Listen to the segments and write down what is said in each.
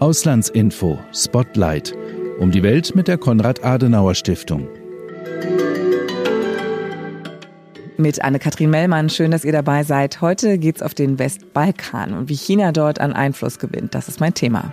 Auslandsinfo Spotlight. Um die Welt mit der Konrad-Adenauer-Stiftung. Mit Anne-Kathrin Mellmann, schön, dass ihr dabei seid. Heute geht's auf den Westbalkan und wie China dort an Einfluss gewinnt. Das ist mein Thema.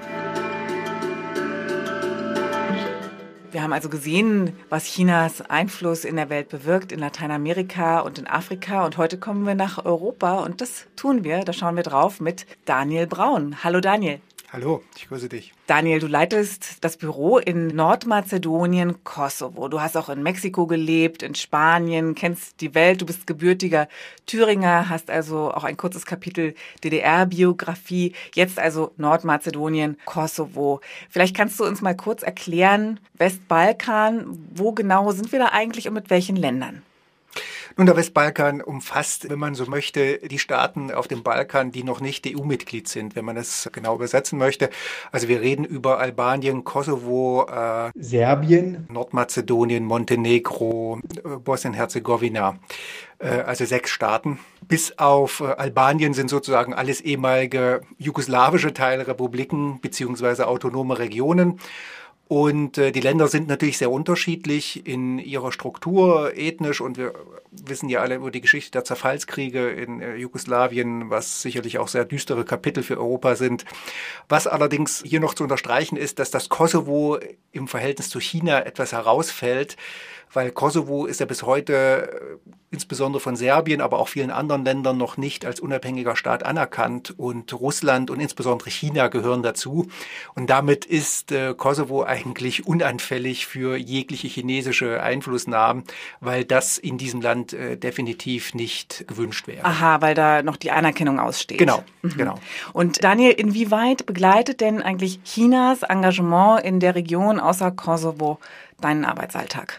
Wir haben also gesehen, was Chinas Einfluss in der Welt bewirkt, in Lateinamerika und in Afrika. Und heute kommen wir nach Europa und das tun wir, da schauen wir drauf mit Daniel Braun. Hallo Daniel. Hallo, ich grüße dich. Daniel, du leitest das Büro in Nordmazedonien, Kosovo. Du hast auch in Mexiko gelebt, in Spanien, kennst die Welt. Du bist gebürtiger Thüringer, hast also auch ein kurzes Kapitel DDR-Biografie. Jetzt also Nordmazedonien, Kosovo. Vielleicht kannst du uns mal kurz erklären, Westbalkan, wo genau sind wir da eigentlich und mit welchen Ländern? Nun, der Westbalkan umfasst, wenn man so möchte, die Staaten auf dem Balkan, die noch nicht EU-Mitglied sind, wenn man es genau übersetzen möchte. Also wir reden über Albanien, Kosovo, Serbien, Nordmazedonien, Montenegro, Bosnien-Herzegowina. Also 6 Staaten. Bis auf Albanien sind sozusagen alles ehemalige jugoslawische Teilrepubliken beziehungsweise autonome Regionen. Und die Länder sind natürlich sehr unterschiedlich in ihrer Struktur, ethnisch, und wir wissen ja alle über die Geschichte der Zerfallskriege in Jugoslawien, was sicherlich auch sehr düstere Kapitel für Europa sind. Was allerdings hier noch zu unterstreichen ist, dass das Kosovo im Verhältnis zu China etwas herausfällt, weil Kosovo ist ja bis heute insbesondere von Serbien, aber auch vielen anderen Ländern noch nicht als unabhängiger Staat anerkannt, und Russland und insbesondere China gehören dazu. Und damit ist Kosovo eigentlich unanfällig für jegliche chinesische Einflussnahmen, weil das in diesem Land definitiv nicht gewünscht wäre. Aha, weil da noch die Anerkennung aussteht. Genau, genau. Und Daniel, inwieweit begleitet denn eigentlich Chinas Engagement in der Region außer Kosovo deinen Arbeitsalltag?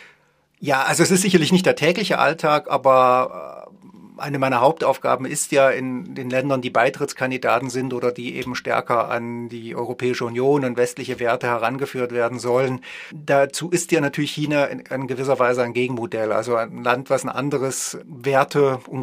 Ja, also es ist sicherlich nicht der tägliche Alltag, aber eine meiner Hauptaufgaben ist ja in den Ländern, die Beitrittskandidaten sind oder die eben stärker an die Europäische Union und westliche Werte herangeführt werden sollen. Dazu ist ja natürlich China in gewisser Weise ein Gegenmodell, also ein Land, was ein anderes Werte- und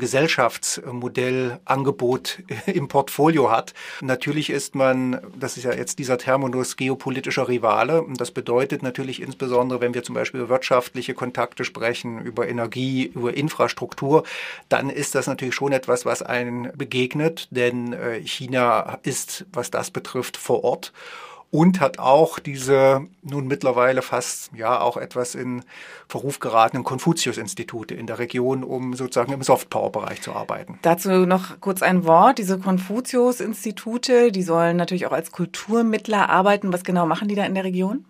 Gesellschaftsmodellangebot im Portfolio hat. Natürlich ist man, das ist ja jetzt dieser Terminus, geopolitischer Rivale, und das bedeutet natürlich insbesondere, wenn wir zum Beispiel über wirtschaftliche Kontakte sprechen, über Energie, über Infrastruktur, dann ist das natürlich schon etwas, was einen begegnet, denn China ist, was das betrifft, vor Ort und hat auch diese nun mittlerweile fast auch etwas in Verruf geratenen Konfuzius-Institute in der Region, um sozusagen im Softpower-Bereich zu arbeiten. Dazu noch kurz ein Wort. Diese Konfuzius-Institute, die sollen natürlich auch als Kulturmittler arbeiten. Was genau machen die da in der Region?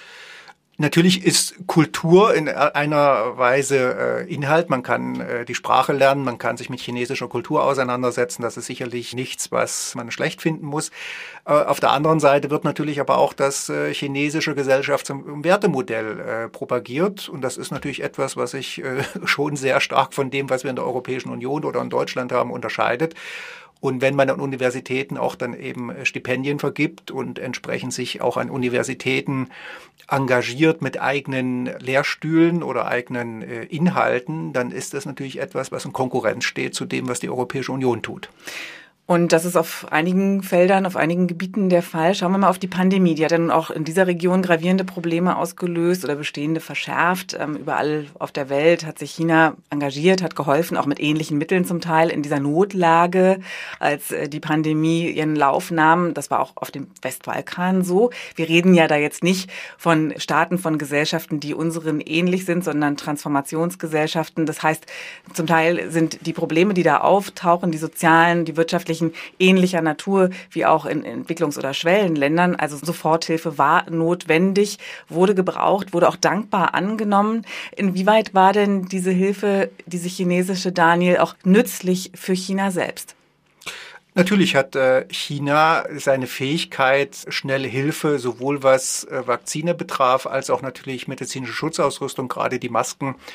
Natürlich ist Kultur in einer Weise Inhalt. Man kann die Sprache lernen, man kann sich mit chinesischer Kultur auseinandersetzen. Das ist sicherlich nichts, was man schlecht finden muss. Auf der anderen Seite wird natürlich aber auch das chinesische Gesellschafts- und Wertemodell propagiert. Und das ist natürlich etwas, was sich schon sehr stark von dem, was wir in der Europäischen Union oder in Deutschland haben, unterscheidet. Und wenn man an Universitäten auch dann eben Stipendien vergibt und entsprechend sich auch an Universitäten engagiert mit eigenen Lehrstühlen oder eigenen Inhalten, dann ist das natürlich etwas, was in Konkurrenz steht zu dem, was die Europäische Union tut. Und das ist auf einigen Feldern, auf einigen Gebieten der Fall. Schauen wir mal auf die Pandemie. Die hat dann auch in dieser Region gravierende Probleme ausgelöst oder bestehende verschärft. Überall auf der Welt hat sich China engagiert, hat geholfen, auch mit ähnlichen Mitteln zum Teil in dieser Notlage, als die Pandemie ihren Lauf nahm. Das war auch auf dem Westbalkan so. Wir reden ja da jetzt nicht von Staaten, von Gesellschaften, die unseren ähnlich sind, sondern Transformationsgesellschaften. Das heißt, zum Teil sind die Probleme, die da auftauchen, die sozialen, die wirtschaftlichen, ähnlicher Natur wie auch in Entwicklungs- oder Schwellenländern. Also Soforthilfe war notwendig, wurde gebraucht, wurde auch dankbar angenommen. Inwieweit war denn diese Hilfe, diese chinesische, Daniel, auch nützlich für China selbst? Natürlich hat China seine Fähigkeit, schnelle Hilfe, sowohl was Vakzine betraf, als auch natürlich medizinische Schutzausrüstung, gerade die Masken,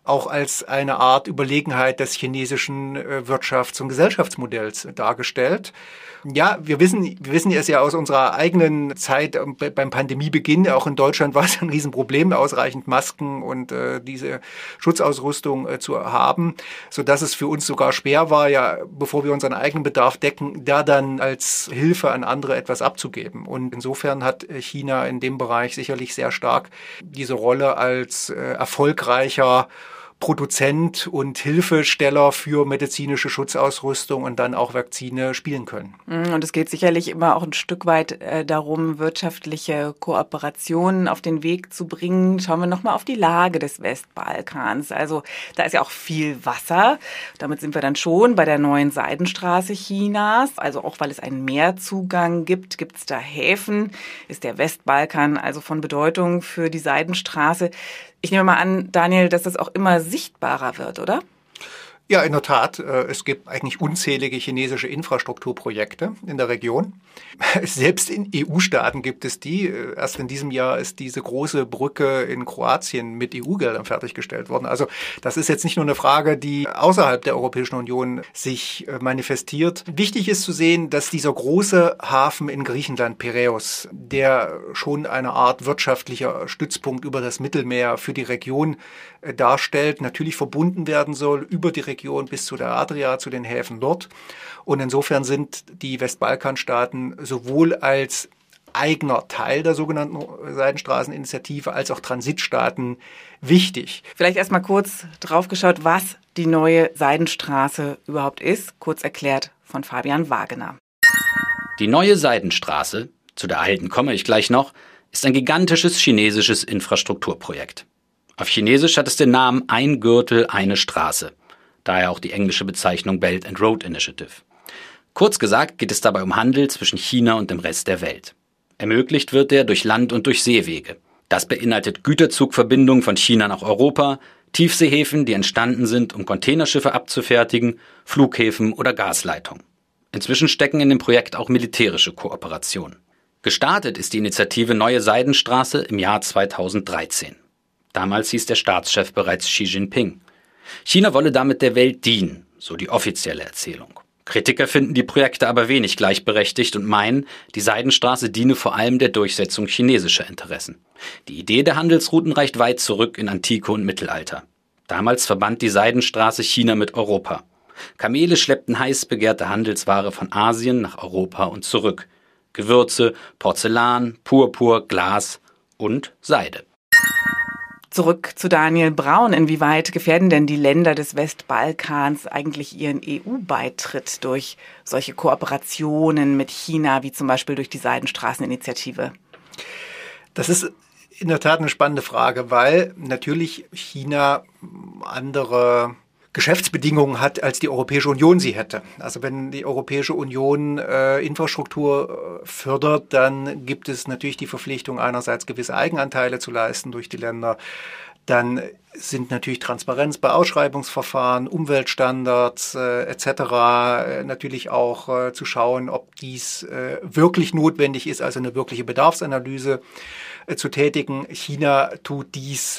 auch als eine Art Überlegenheit des chinesischen Wirtschafts- und Gesellschaftsmodells dargestellt. Ja, wir wissen es ja aus unserer eigenen Zeit beim Pandemiebeginn. Auch in Deutschland war es ein Riesenproblem, ausreichend Masken und diese Schutzausrüstung zu haben, sodass es für uns sogar schwer war, ja, bevor wir unseren eigenen Bedarf decken, da dann als Hilfe an andere etwas abzugeben. Und insofern hat China in dem Bereich sicherlich sehr stark diese Rolle als erfolgreicher Produzent und Hilfesteller für medizinische Schutzausrüstung und dann auch Vakzine spielen können. Und es geht sicherlich immer auch ein Stück weit darum, wirtschaftliche Kooperationen auf den Weg zu bringen. Schauen wir nochmal auf die Lage des Westbalkans. Also da ist ja auch viel Wasser. Damit sind wir dann schon bei der neuen Seidenstraße Chinas. Also auch weil es einen Meerzugang gibt, gibt es da Häfen. Ist der Westbalkan also von Bedeutung für die Seidenstraße. Ich nehme mal an, Daniel, dass das auch immer sichtbarer wird, oder? Ja, in der Tat. Es gibt eigentlich unzählige chinesische Infrastrukturprojekte in der Region. Selbst in EU-Staaten gibt es die. Erst in diesem Jahr ist diese große Brücke in Kroatien mit EU-Geldern fertiggestellt worden. Also das ist jetzt nicht nur eine Frage, die außerhalb der Europäischen Union sich manifestiert. Wichtig ist zu sehen, dass dieser große Hafen in Griechenland, Piräus, der schon eine Art wirtschaftlicher Stützpunkt über das Mittelmeer für die Region darstellt, natürlich verbunden werden soll über die Region bis zu der Adria, zu den Häfen dort. Und insofern sind die Westbalkanstaaten sowohl als eigener Teil der sogenannten Seidenstraßeninitiative als auch Transitstaaten wichtig. Vielleicht erst mal kurz drauf geschaut, was die neue Seidenstraße überhaupt ist. Kurz erklärt von Fabian Wagener. Die neue Seidenstraße, zu der alten komme ich gleich noch, ist ein gigantisches chinesisches Infrastrukturprojekt. Auf Chinesisch hat es den Namen Ein Gürtel, eine Straße. Daher auch die englische Bezeichnung Belt and Road Initiative. Kurz gesagt geht es dabei um Handel zwischen China und dem Rest der Welt. Ermöglicht wird er durch Land- und durch Seewege. Das beinhaltet Güterzugverbindungen von China nach Europa, Tiefseehäfen, die entstanden sind, um Containerschiffe abzufertigen, Flughäfen oder Gasleitungen. Inzwischen stecken in dem Projekt auch militärische Kooperationen. Gestartet ist die Initiative Neue Seidenstraße im Jahr 2013. Damals hieß der Staatschef bereits Xi Jinping. China wolle damit der Welt dienen, so die offizielle Erzählung. Kritiker finden die Projekte aber wenig gleichberechtigt und meinen, die Seidenstraße diene vor allem der Durchsetzung chinesischer Interessen. Die Idee der Handelsrouten reicht weit zurück in Antike und Mittelalter. Damals verband die Seidenstraße China mit Europa. Kamele schleppten heiß begehrte Handelsware von Asien nach Europa und zurück. Gewürze, Porzellan, Purpur, Glas und Seide. Zurück zu Daniel Braun. Inwieweit gefährden denn die Länder des Westbalkans eigentlich ihren EU-Beitritt durch solche Kooperationen mit China, wie zum Beispiel durch die Seidenstraßeninitiative? Das ist in der Tat eine spannende Frage, weil natürlich China andere Geschäftsbedingungen hat, als die Europäische Union sie hätte. Also wenn die Europäische Union Infrastruktur fördert, dann gibt es natürlich die Verpflichtung, einerseits gewisse Eigenanteile zu leisten durch die Länder. Dann sind natürlich Transparenz bei Ausschreibungsverfahren, Umweltstandards etc. Natürlich auch zu schauen, ob dies wirklich notwendig ist, also eine wirkliche Bedarfsanalyse zu tätigen. China tut dies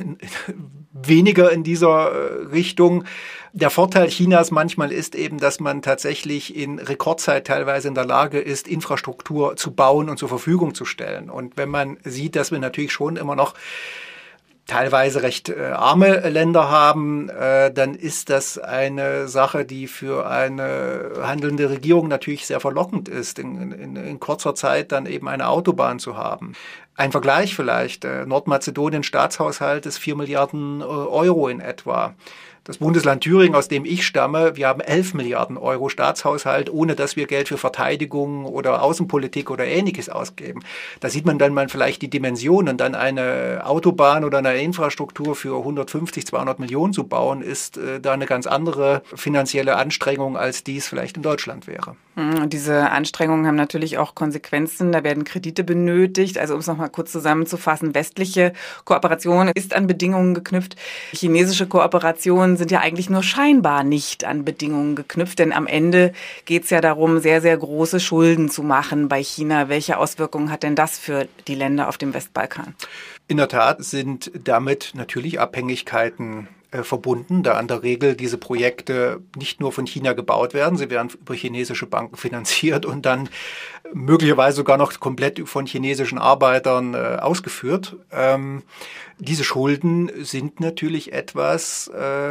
weniger in dieser Richtung. Der Vorteil Chinas manchmal ist eben, dass man tatsächlich in Rekordzeit teilweise in der Lage ist, Infrastruktur zu bauen und zur Verfügung zu stellen. Und wenn man sieht, dass wir natürlich schon immer noch teilweise recht arme Länder haben, dann ist das eine Sache, die für eine handelnde Regierung natürlich sehr verlockend ist, in kurzer Zeit dann eben eine Autobahn zu haben. Ein Vergleich vielleicht, Nordmazedoniens Staatshaushalt ist 4 Milliarden Euro in etwa. Das Bundesland Thüringen, aus dem ich stamme, wir haben 11 Milliarden Euro Staatshaushalt, ohne dass wir Geld für Verteidigung oder Außenpolitik oder Ähnliches ausgeben. Da sieht man dann mal vielleicht die Dimensionen. Dann eine Autobahn oder eine Infrastruktur für 150, 200 Millionen zu bauen, ist da eine ganz andere finanzielle Anstrengung, als dies vielleicht in Deutschland wäre. Und diese Anstrengungen haben natürlich auch Konsequenzen. Da werden Kredite benötigt. Also um es nochmal kurz zusammenzufassen, westliche Kooperation ist an Bedingungen geknüpft. Chinesische Kooperation sind ja eigentlich nur scheinbar nicht an Bedingungen geknüpft, denn am Ende geht es ja darum, sehr, sehr große Schulden zu machen bei China. Welche Auswirkungen hat denn das für die Länder auf dem Westbalkan? In der Tat sind damit natürlich Abhängigkeiten verbunden, da in der Regel diese Projekte nicht nur von China gebaut werden, sie werden über chinesische Banken finanziert und dann möglicherweise sogar noch komplett von chinesischen Arbeitern ausgeführt. Diese Schulden sind natürlich etwas,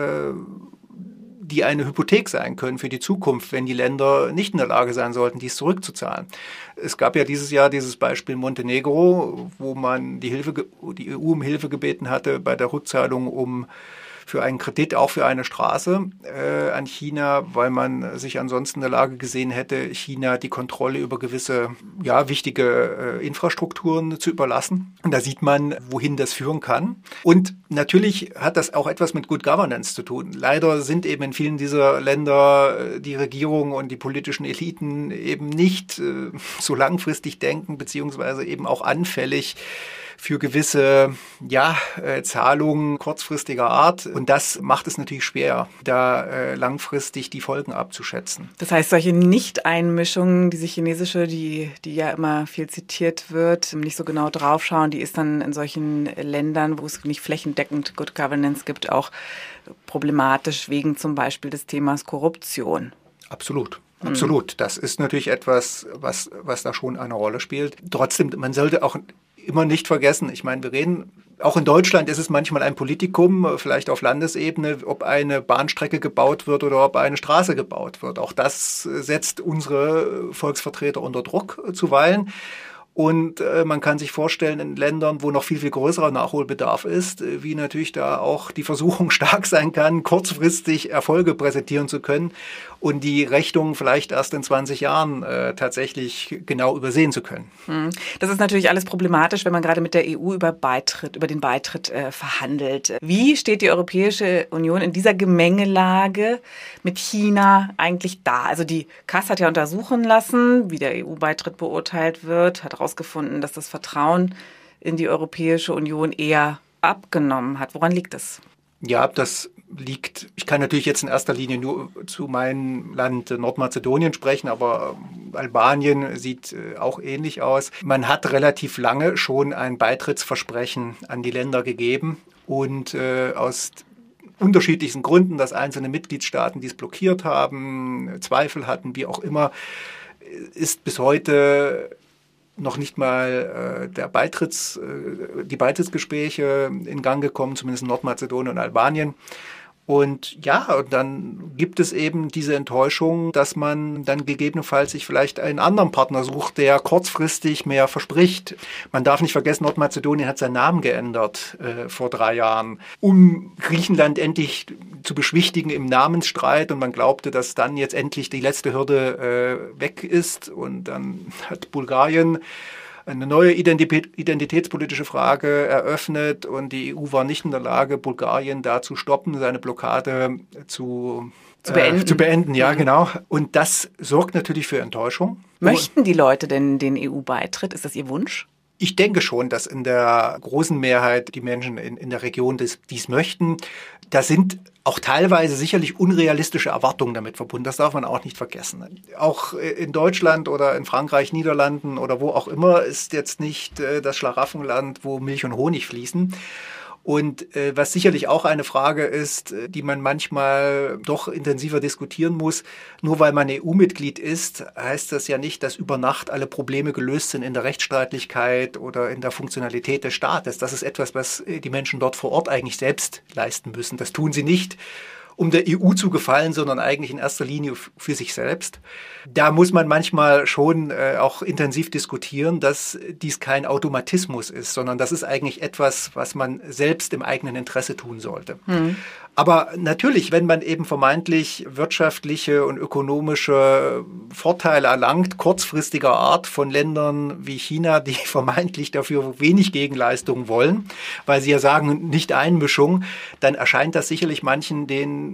die eine Hypothek sein können für die Zukunft, wenn die Länder nicht in der Lage sein sollten, dies zurückzuzahlen. Es gab ja dieses Jahr dieses Beispiel Montenegro, wo man die EU um Hilfe gebeten hatte bei der Rückzahlung für einen Kredit, auch für eine Straße an China, weil man sich ansonsten in der Lage gesehen hätte, China die Kontrolle über gewisse wichtige Infrastrukturen zu überlassen. Und da sieht man, wohin das führen kann. Und natürlich hat das auch etwas mit Good Governance zu tun. Leider sind eben in vielen dieser Länder die Regierungen und die politischen Eliten eben nicht so langfristig denken, beziehungsweise eben auch anfällig für gewisse Zahlungen kurzfristiger Art. Und das macht es natürlich schwer, da langfristig die Folgen abzuschätzen. Das heißt, solche Nicht-Einmischungen, diese chinesische, die ja immer viel zitiert wird, nicht so genau draufschauen, die ist dann in solchen Ländern, wo es nicht flächendeckend Good Governance gibt, auch problematisch wegen zum Beispiel des Themas Korruption. Absolut. Absolut. Das ist natürlich etwas, was da schon eine Rolle spielt. Trotzdem, man sollte auch immer nicht vergessen, ich meine, wir reden, auch in Deutschland ist es manchmal ein Politikum, vielleicht auf Landesebene, ob eine Bahnstrecke gebaut wird oder ob eine Straße gebaut wird. Auch das setzt unsere Volksvertreter unter Druck zuweilen. Und man kann sich vorstellen, in Ländern, wo noch viel, viel größerer Nachholbedarf ist, wie natürlich da auch die Versuchung stark sein kann, kurzfristig Erfolge präsentieren zu können und die Rechnung vielleicht erst in 20 Jahren tatsächlich genau übersehen zu können. Das ist natürlich alles problematisch, wenn man gerade mit der EU über den Beitritt verhandelt. Wie steht die Europäische Union in dieser Gemengelage mit China eigentlich da? Also die CAS hat ja untersuchen lassen, wie der EU-Beitritt beurteilt wird, hat herausgefunden, dass das Vertrauen in die Europäische Union eher abgenommen hat. Woran liegt das? Ja, das liegt, ich kann natürlich jetzt in erster Linie nur zu meinem Land Nordmazedonien sprechen, aber Albanien sieht auch ähnlich aus. Man hat relativ lange schon ein Beitrittsversprechen an die Länder gegeben und aus unterschiedlichsten Gründen, dass einzelne Mitgliedstaaten dies blockiert haben, Zweifel hatten, wie auch immer, ist bis heute noch nicht mal die Beitrittsgespräche in Gang gekommen, zumindest in Nordmazedonien und Albanien. Und dann gibt es eben diese Enttäuschung, dass man dann gegebenenfalls sich vielleicht einen anderen Partner sucht, der kurzfristig mehr verspricht. Man darf nicht vergessen, Nordmazedonien hat seinen Namen geändert vor 3 Jahren, um Griechenland endlich zu beschwichtigen im Namensstreit. Und man glaubte, dass dann jetzt endlich die letzte Hürde weg ist. Und dann hat Bulgarien eine neue identitätspolitische Frage eröffnet und die EU war nicht in der Lage, Bulgarien da zu stoppen, seine Blockade zu beenden. Ja, genau. Und das sorgt natürlich für Enttäuschung. Möchten die Leute denn den EU-Beitritt? Ist das ihr Wunsch? Ich denke schon, dass in der großen Mehrheit die Menschen in der Region dies möchten. Da sind auch teilweise sicherlich unrealistische Erwartungen damit verbunden. Das darf man auch nicht vergessen. Auch in Deutschland oder in Frankreich, Niederlanden oder wo auch immer ist jetzt nicht das Schlaraffenland, wo Milch und Honig fließen. Und was sicherlich auch eine Frage ist, die man manchmal doch intensiver diskutieren muss, nur weil man EU-Mitglied ist, heißt das ja nicht, dass über Nacht alle Probleme gelöst sind in der Rechtsstaatlichkeit oder in der Funktionalität des Staates. Das ist etwas, was die Menschen dort vor Ort eigentlich selbst leisten müssen. Das tun sie nicht, um der EU zu gefallen, sondern eigentlich in erster Linie für sich selbst. Da muss man manchmal schon auch intensiv diskutieren, dass dies kein Automatismus ist, sondern das ist eigentlich etwas, was man selbst im eigenen Interesse tun sollte. Aber natürlich, wenn man eben vermeintlich wirtschaftliche und ökonomische Vorteile erlangt, kurzfristiger Art von Ländern wie China, die vermeintlich dafür wenig Gegenleistungen wollen, weil sie ja sagen, nicht Einmischung, dann erscheint das sicherlich manchen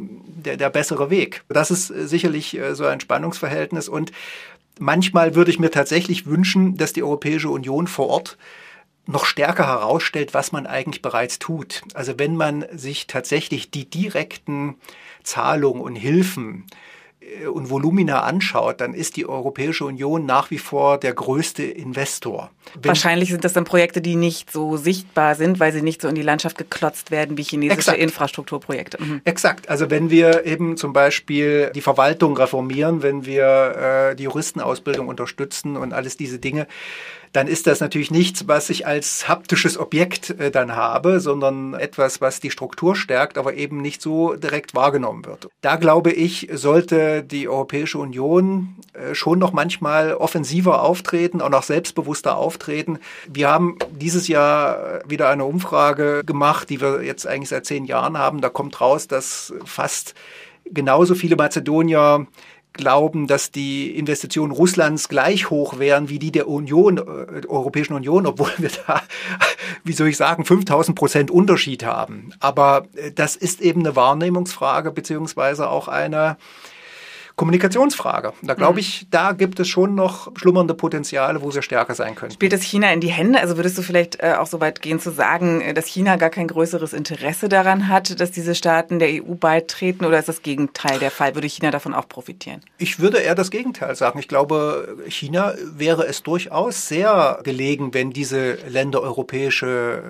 der bessere Weg. Das ist sicherlich so ein Spannungsverhältnis und manchmal würde ich mir tatsächlich wünschen, dass die Europäische Union vor Ort noch stärker herausstellt, was man eigentlich bereits tut. Also wenn man sich tatsächlich die direkten Zahlungen und Hilfen und Volumina anschaut, dann ist die Europäische Union nach wie vor der größte Investor. Wahrscheinlich sind das dann Projekte, die nicht so sichtbar sind, weil sie nicht so in die Landschaft geklotzt werden wie chinesische Infrastrukturprojekte. Exakt. Also wenn wir eben zum Beispiel die Verwaltung reformieren, wenn wir die Juristenausbildung unterstützen und alles diese Dinge, dann ist das natürlich nichts, was ich als haptisches Objekt dann habe, sondern etwas, was die Struktur stärkt, aber eben nicht so direkt wahrgenommen wird. Da glaube ich, sollte die Europäische Union schon noch manchmal offensiver auftreten, auch noch selbstbewusster auftreten. Wir haben dieses Jahr wieder eine Umfrage gemacht, die wir jetzt eigentlich seit 10 Jahren haben. Da kommt raus, dass fast genauso viele Mazedonier glauben, dass die Investitionen Russlands gleich hoch wären wie die der Europäischen Union, obwohl wir da, 5.000% Unterschied haben. Aber das ist eben eine Wahrnehmungsfrage beziehungsweise auch eine Kommunikationsfrage. Da glaube ich, da gibt es schon noch schlummernde Potenziale, wo wir stärker sein können. Spielt das China in die Hände? Also würdest du vielleicht auch so weit gehen zu sagen, dass China gar kein größeres Interesse daran hat, dass diese Staaten der EU beitreten, oder ist das Gegenteil der Fall? Würde China davon auch profitieren? Ich würde eher das Gegenteil sagen. Ich glaube, China wäre es durchaus sehr gelegen, wenn diese Länder Europäische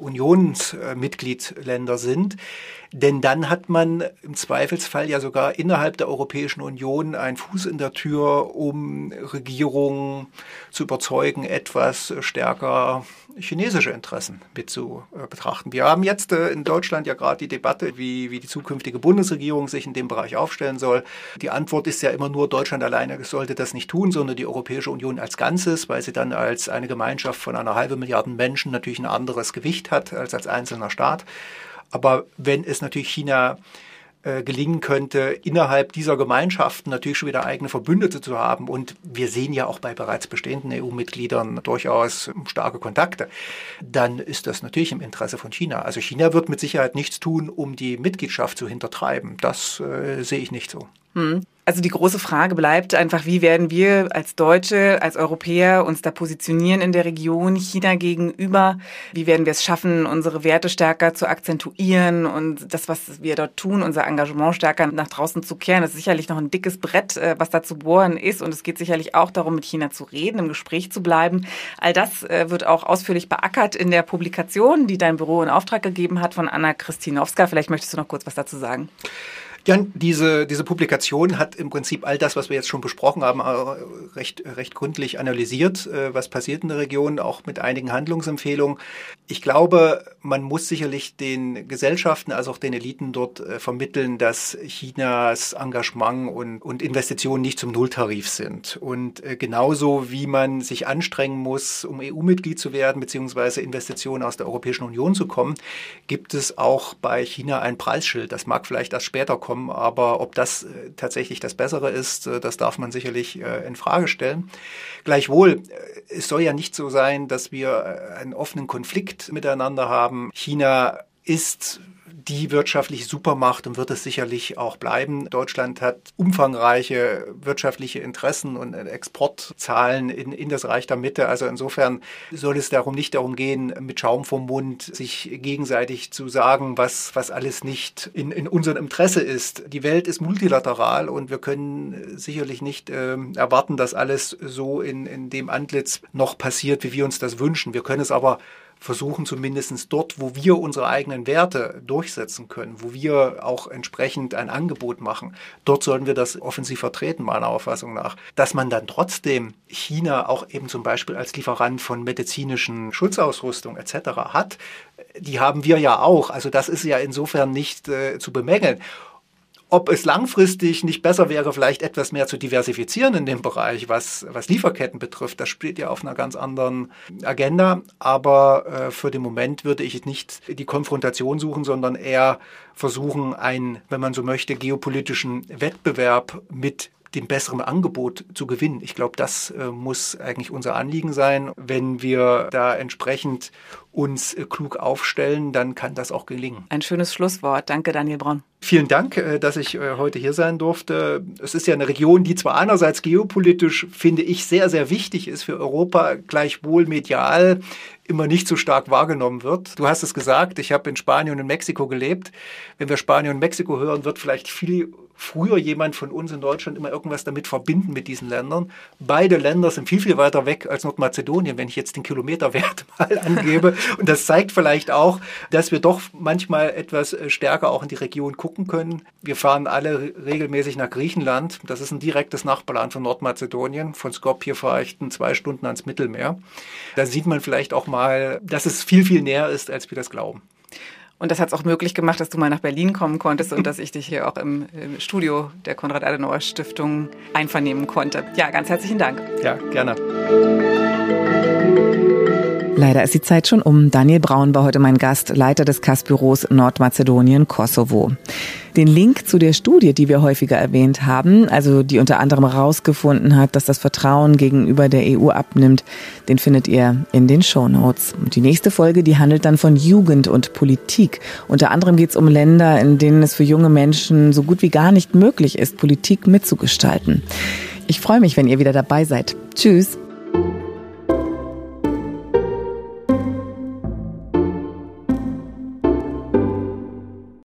Unionsmitgliedsländer sind. Denn dann hat man im Zweifelsfall ja sogar innerhalb der Europäischen Union einen Fuß in der Tür, um Regierungen zu überzeugen, etwas stärker chinesische Interessen mit zu betrachten. Wir haben jetzt in Deutschland ja gerade die Debatte, wie die zukünftige Bundesregierung sich in dem Bereich aufstellen soll. Die Antwort ist ja immer nur, Deutschland alleine sollte das nicht tun, sondern die Europäische Union als Ganzes, weil sie dann als eine Gemeinschaft von 1,5 Milliarden Menschen natürlich ein anderes Gewicht hat als einzelner Staat. Aber wenn es natürlich China gelingen könnte, innerhalb dieser Gemeinschaften natürlich schon wieder eigene Verbündete zu haben, und wir sehen ja auch bei bereits bestehenden EU-Mitgliedern durchaus starke Kontakte, dann ist das natürlich im Interesse von China. Also China wird mit Sicherheit nichts tun, um die Mitgliedschaft zu hintertreiben. Das sehe ich nicht so. Also die große Frage bleibt einfach, wie werden wir als Deutsche, als Europäer uns da positionieren in der Region China gegenüber? Wie werden wir es schaffen, unsere Werte stärker zu akzentuieren und das, was wir dort tun, unser Engagement stärker nach draußen zu kehren? Das ist sicherlich noch ein dickes Brett, was da zu bohren ist, und es geht sicherlich auch darum, mit China zu reden, im Gespräch zu bleiben. All das wird auch ausführlich beackert in der Publikation, die dein Büro in Auftrag gegeben hat, von Anna Kristinowska. Vielleicht möchtest du noch kurz was dazu sagen. Jan, diese Publikation hat im Prinzip all das, was wir jetzt schon besprochen haben, recht gründlich analysiert, was passiert in der Region, auch mit einigen Handlungsempfehlungen. Ich glaube, man muss sicherlich den Gesellschaften, also auch den Eliten dort vermitteln, dass Chinas Engagement und Investitionen nicht zum Nulltarif sind. Und genauso wie man sich anstrengen muss, um EU-Mitglied zu werden, beziehungsweise Investitionen aus der Europäischen Union zu kommen, gibt es auch bei China ein Preisschild. Das mag vielleicht erst später kommen, aber ob das tatsächlich das Bessere ist, das darf man sicherlich in Frage stellen. Gleichwohl, es soll ja nicht so sein, dass wir einen offenen Konflikt miteinander haben. China ist die wirtschaftliche Supermacht und wird es sicherlich auch bleiben. Deutschland hat umfangreiche wirtschaftliche Interessen und Exportzahlen in das Reich der Mitte. Also insofern soll es nicht darum gehen, mit Schaum vom Mund sich gegenseitig zu sagen, was alles nicht in unserem Interesse ist. Die Welt ist multilateral und wir können sicherlich nicht erwarten, dass alles so in dem Antlitz noch passiert, wie wir uns das wünschen. Wir können es aber versuchen, zumindest dort, wo wir unsere eigenen Werte durchsetzen können, wo wir auch entsprechend ein Angebot machen. Dort sollten wir das offensiv vertreten, meiner Auffassung nach. Dass man dann trotzdem China auch eben zum Beispiel als Lieferant von medizinischen Schutzausrüstung etc. hat, die haben wir ja auch. Also das ist ja insofern nicht zu bemängeln. Ob es langfristig nicht besser wäre, vielleicht etwas mehr zu diversifizieren in dem Bereich, was Lieferketten betrifft, das spielt ja auf einer ganz anderen Agenda. Aber für den Moment würde ich nicht die Konfrontation suchen, sondern eher versuchen, einen, wenn man so möchte, geopolitischen Wettbewerb mit dem besseren Angebot zu gewinnen. Ich glaube, das muss eigentlich unser Anliegen sein. Wenn wir da entsprechend uns klug aufstellen, dann kann das auch gelingen. Ein schönes Schlusswort. Danke, Daniel Braun. Vielen Dank, dass ich heute hier sein durfte. Es ist ja eine Region, die zwar einerseits geopolitisch, finde ich, sehr, sehr wichtig ist für Europa, gleichwohl medial immer nicht so stark wahrgenommen wird. Du hast es gesagt, ich habe in Spanien und in Mexiko gelebt. Wenn wir Spanien und Mexiko hören, wird vielleicht viel früher jemand von uns in Deutschland immer irgendwas damit verbinden mit diesen Ländern. Beide Länder sind viel, viel weiter weg als Nordmazedonien, wenn ich jetzt den Kilometerwert mal angebe. Und das zeigt vielleicht auch, dass wir doch manchmal etwas stärker auch in die Region gucken können. Wir fahren alle regelmäßig nach Griechenland. Das ist ein direktes Nachbarland von Nordmazedonien. Von Skopje fahre ich 2 Stunden ans Mittelmeer. Da sieht man vielleicht auch mal, dass es viel, viel näher ist, als wir das glauben. Und das hat es auch möglich gemacht, dass du mal nach Berlin kommen konntest und dass ich dich hier auch im Studio der Konrad-Adenauer-Stiftung einvernehmen konnte. Ja, ganz herzlichen Dank. Ja, gerne. Leider ist die Zeit schon um. Daniel Braun war heute mein Gast, Leiter des KAS-Büros Nordmazedonien-Kosovo. Den Link zu der Studie, die wir häufiger erwähnt haben, also die unter anderem herausgefunden hat, dass das Vertrauen gegenüber der EU abnimmt, den findet ihr in den Shownotes. Und die nächste Folge, die handelt dann von Jugend und Politik. Unter anderem geht es um Länder, in denen es für junge Menschen so gut wie gar nicht möglich ist, Politik mitzugestalten. Ich freue mich, wenn ihr wieder dabei seid. Tschüss.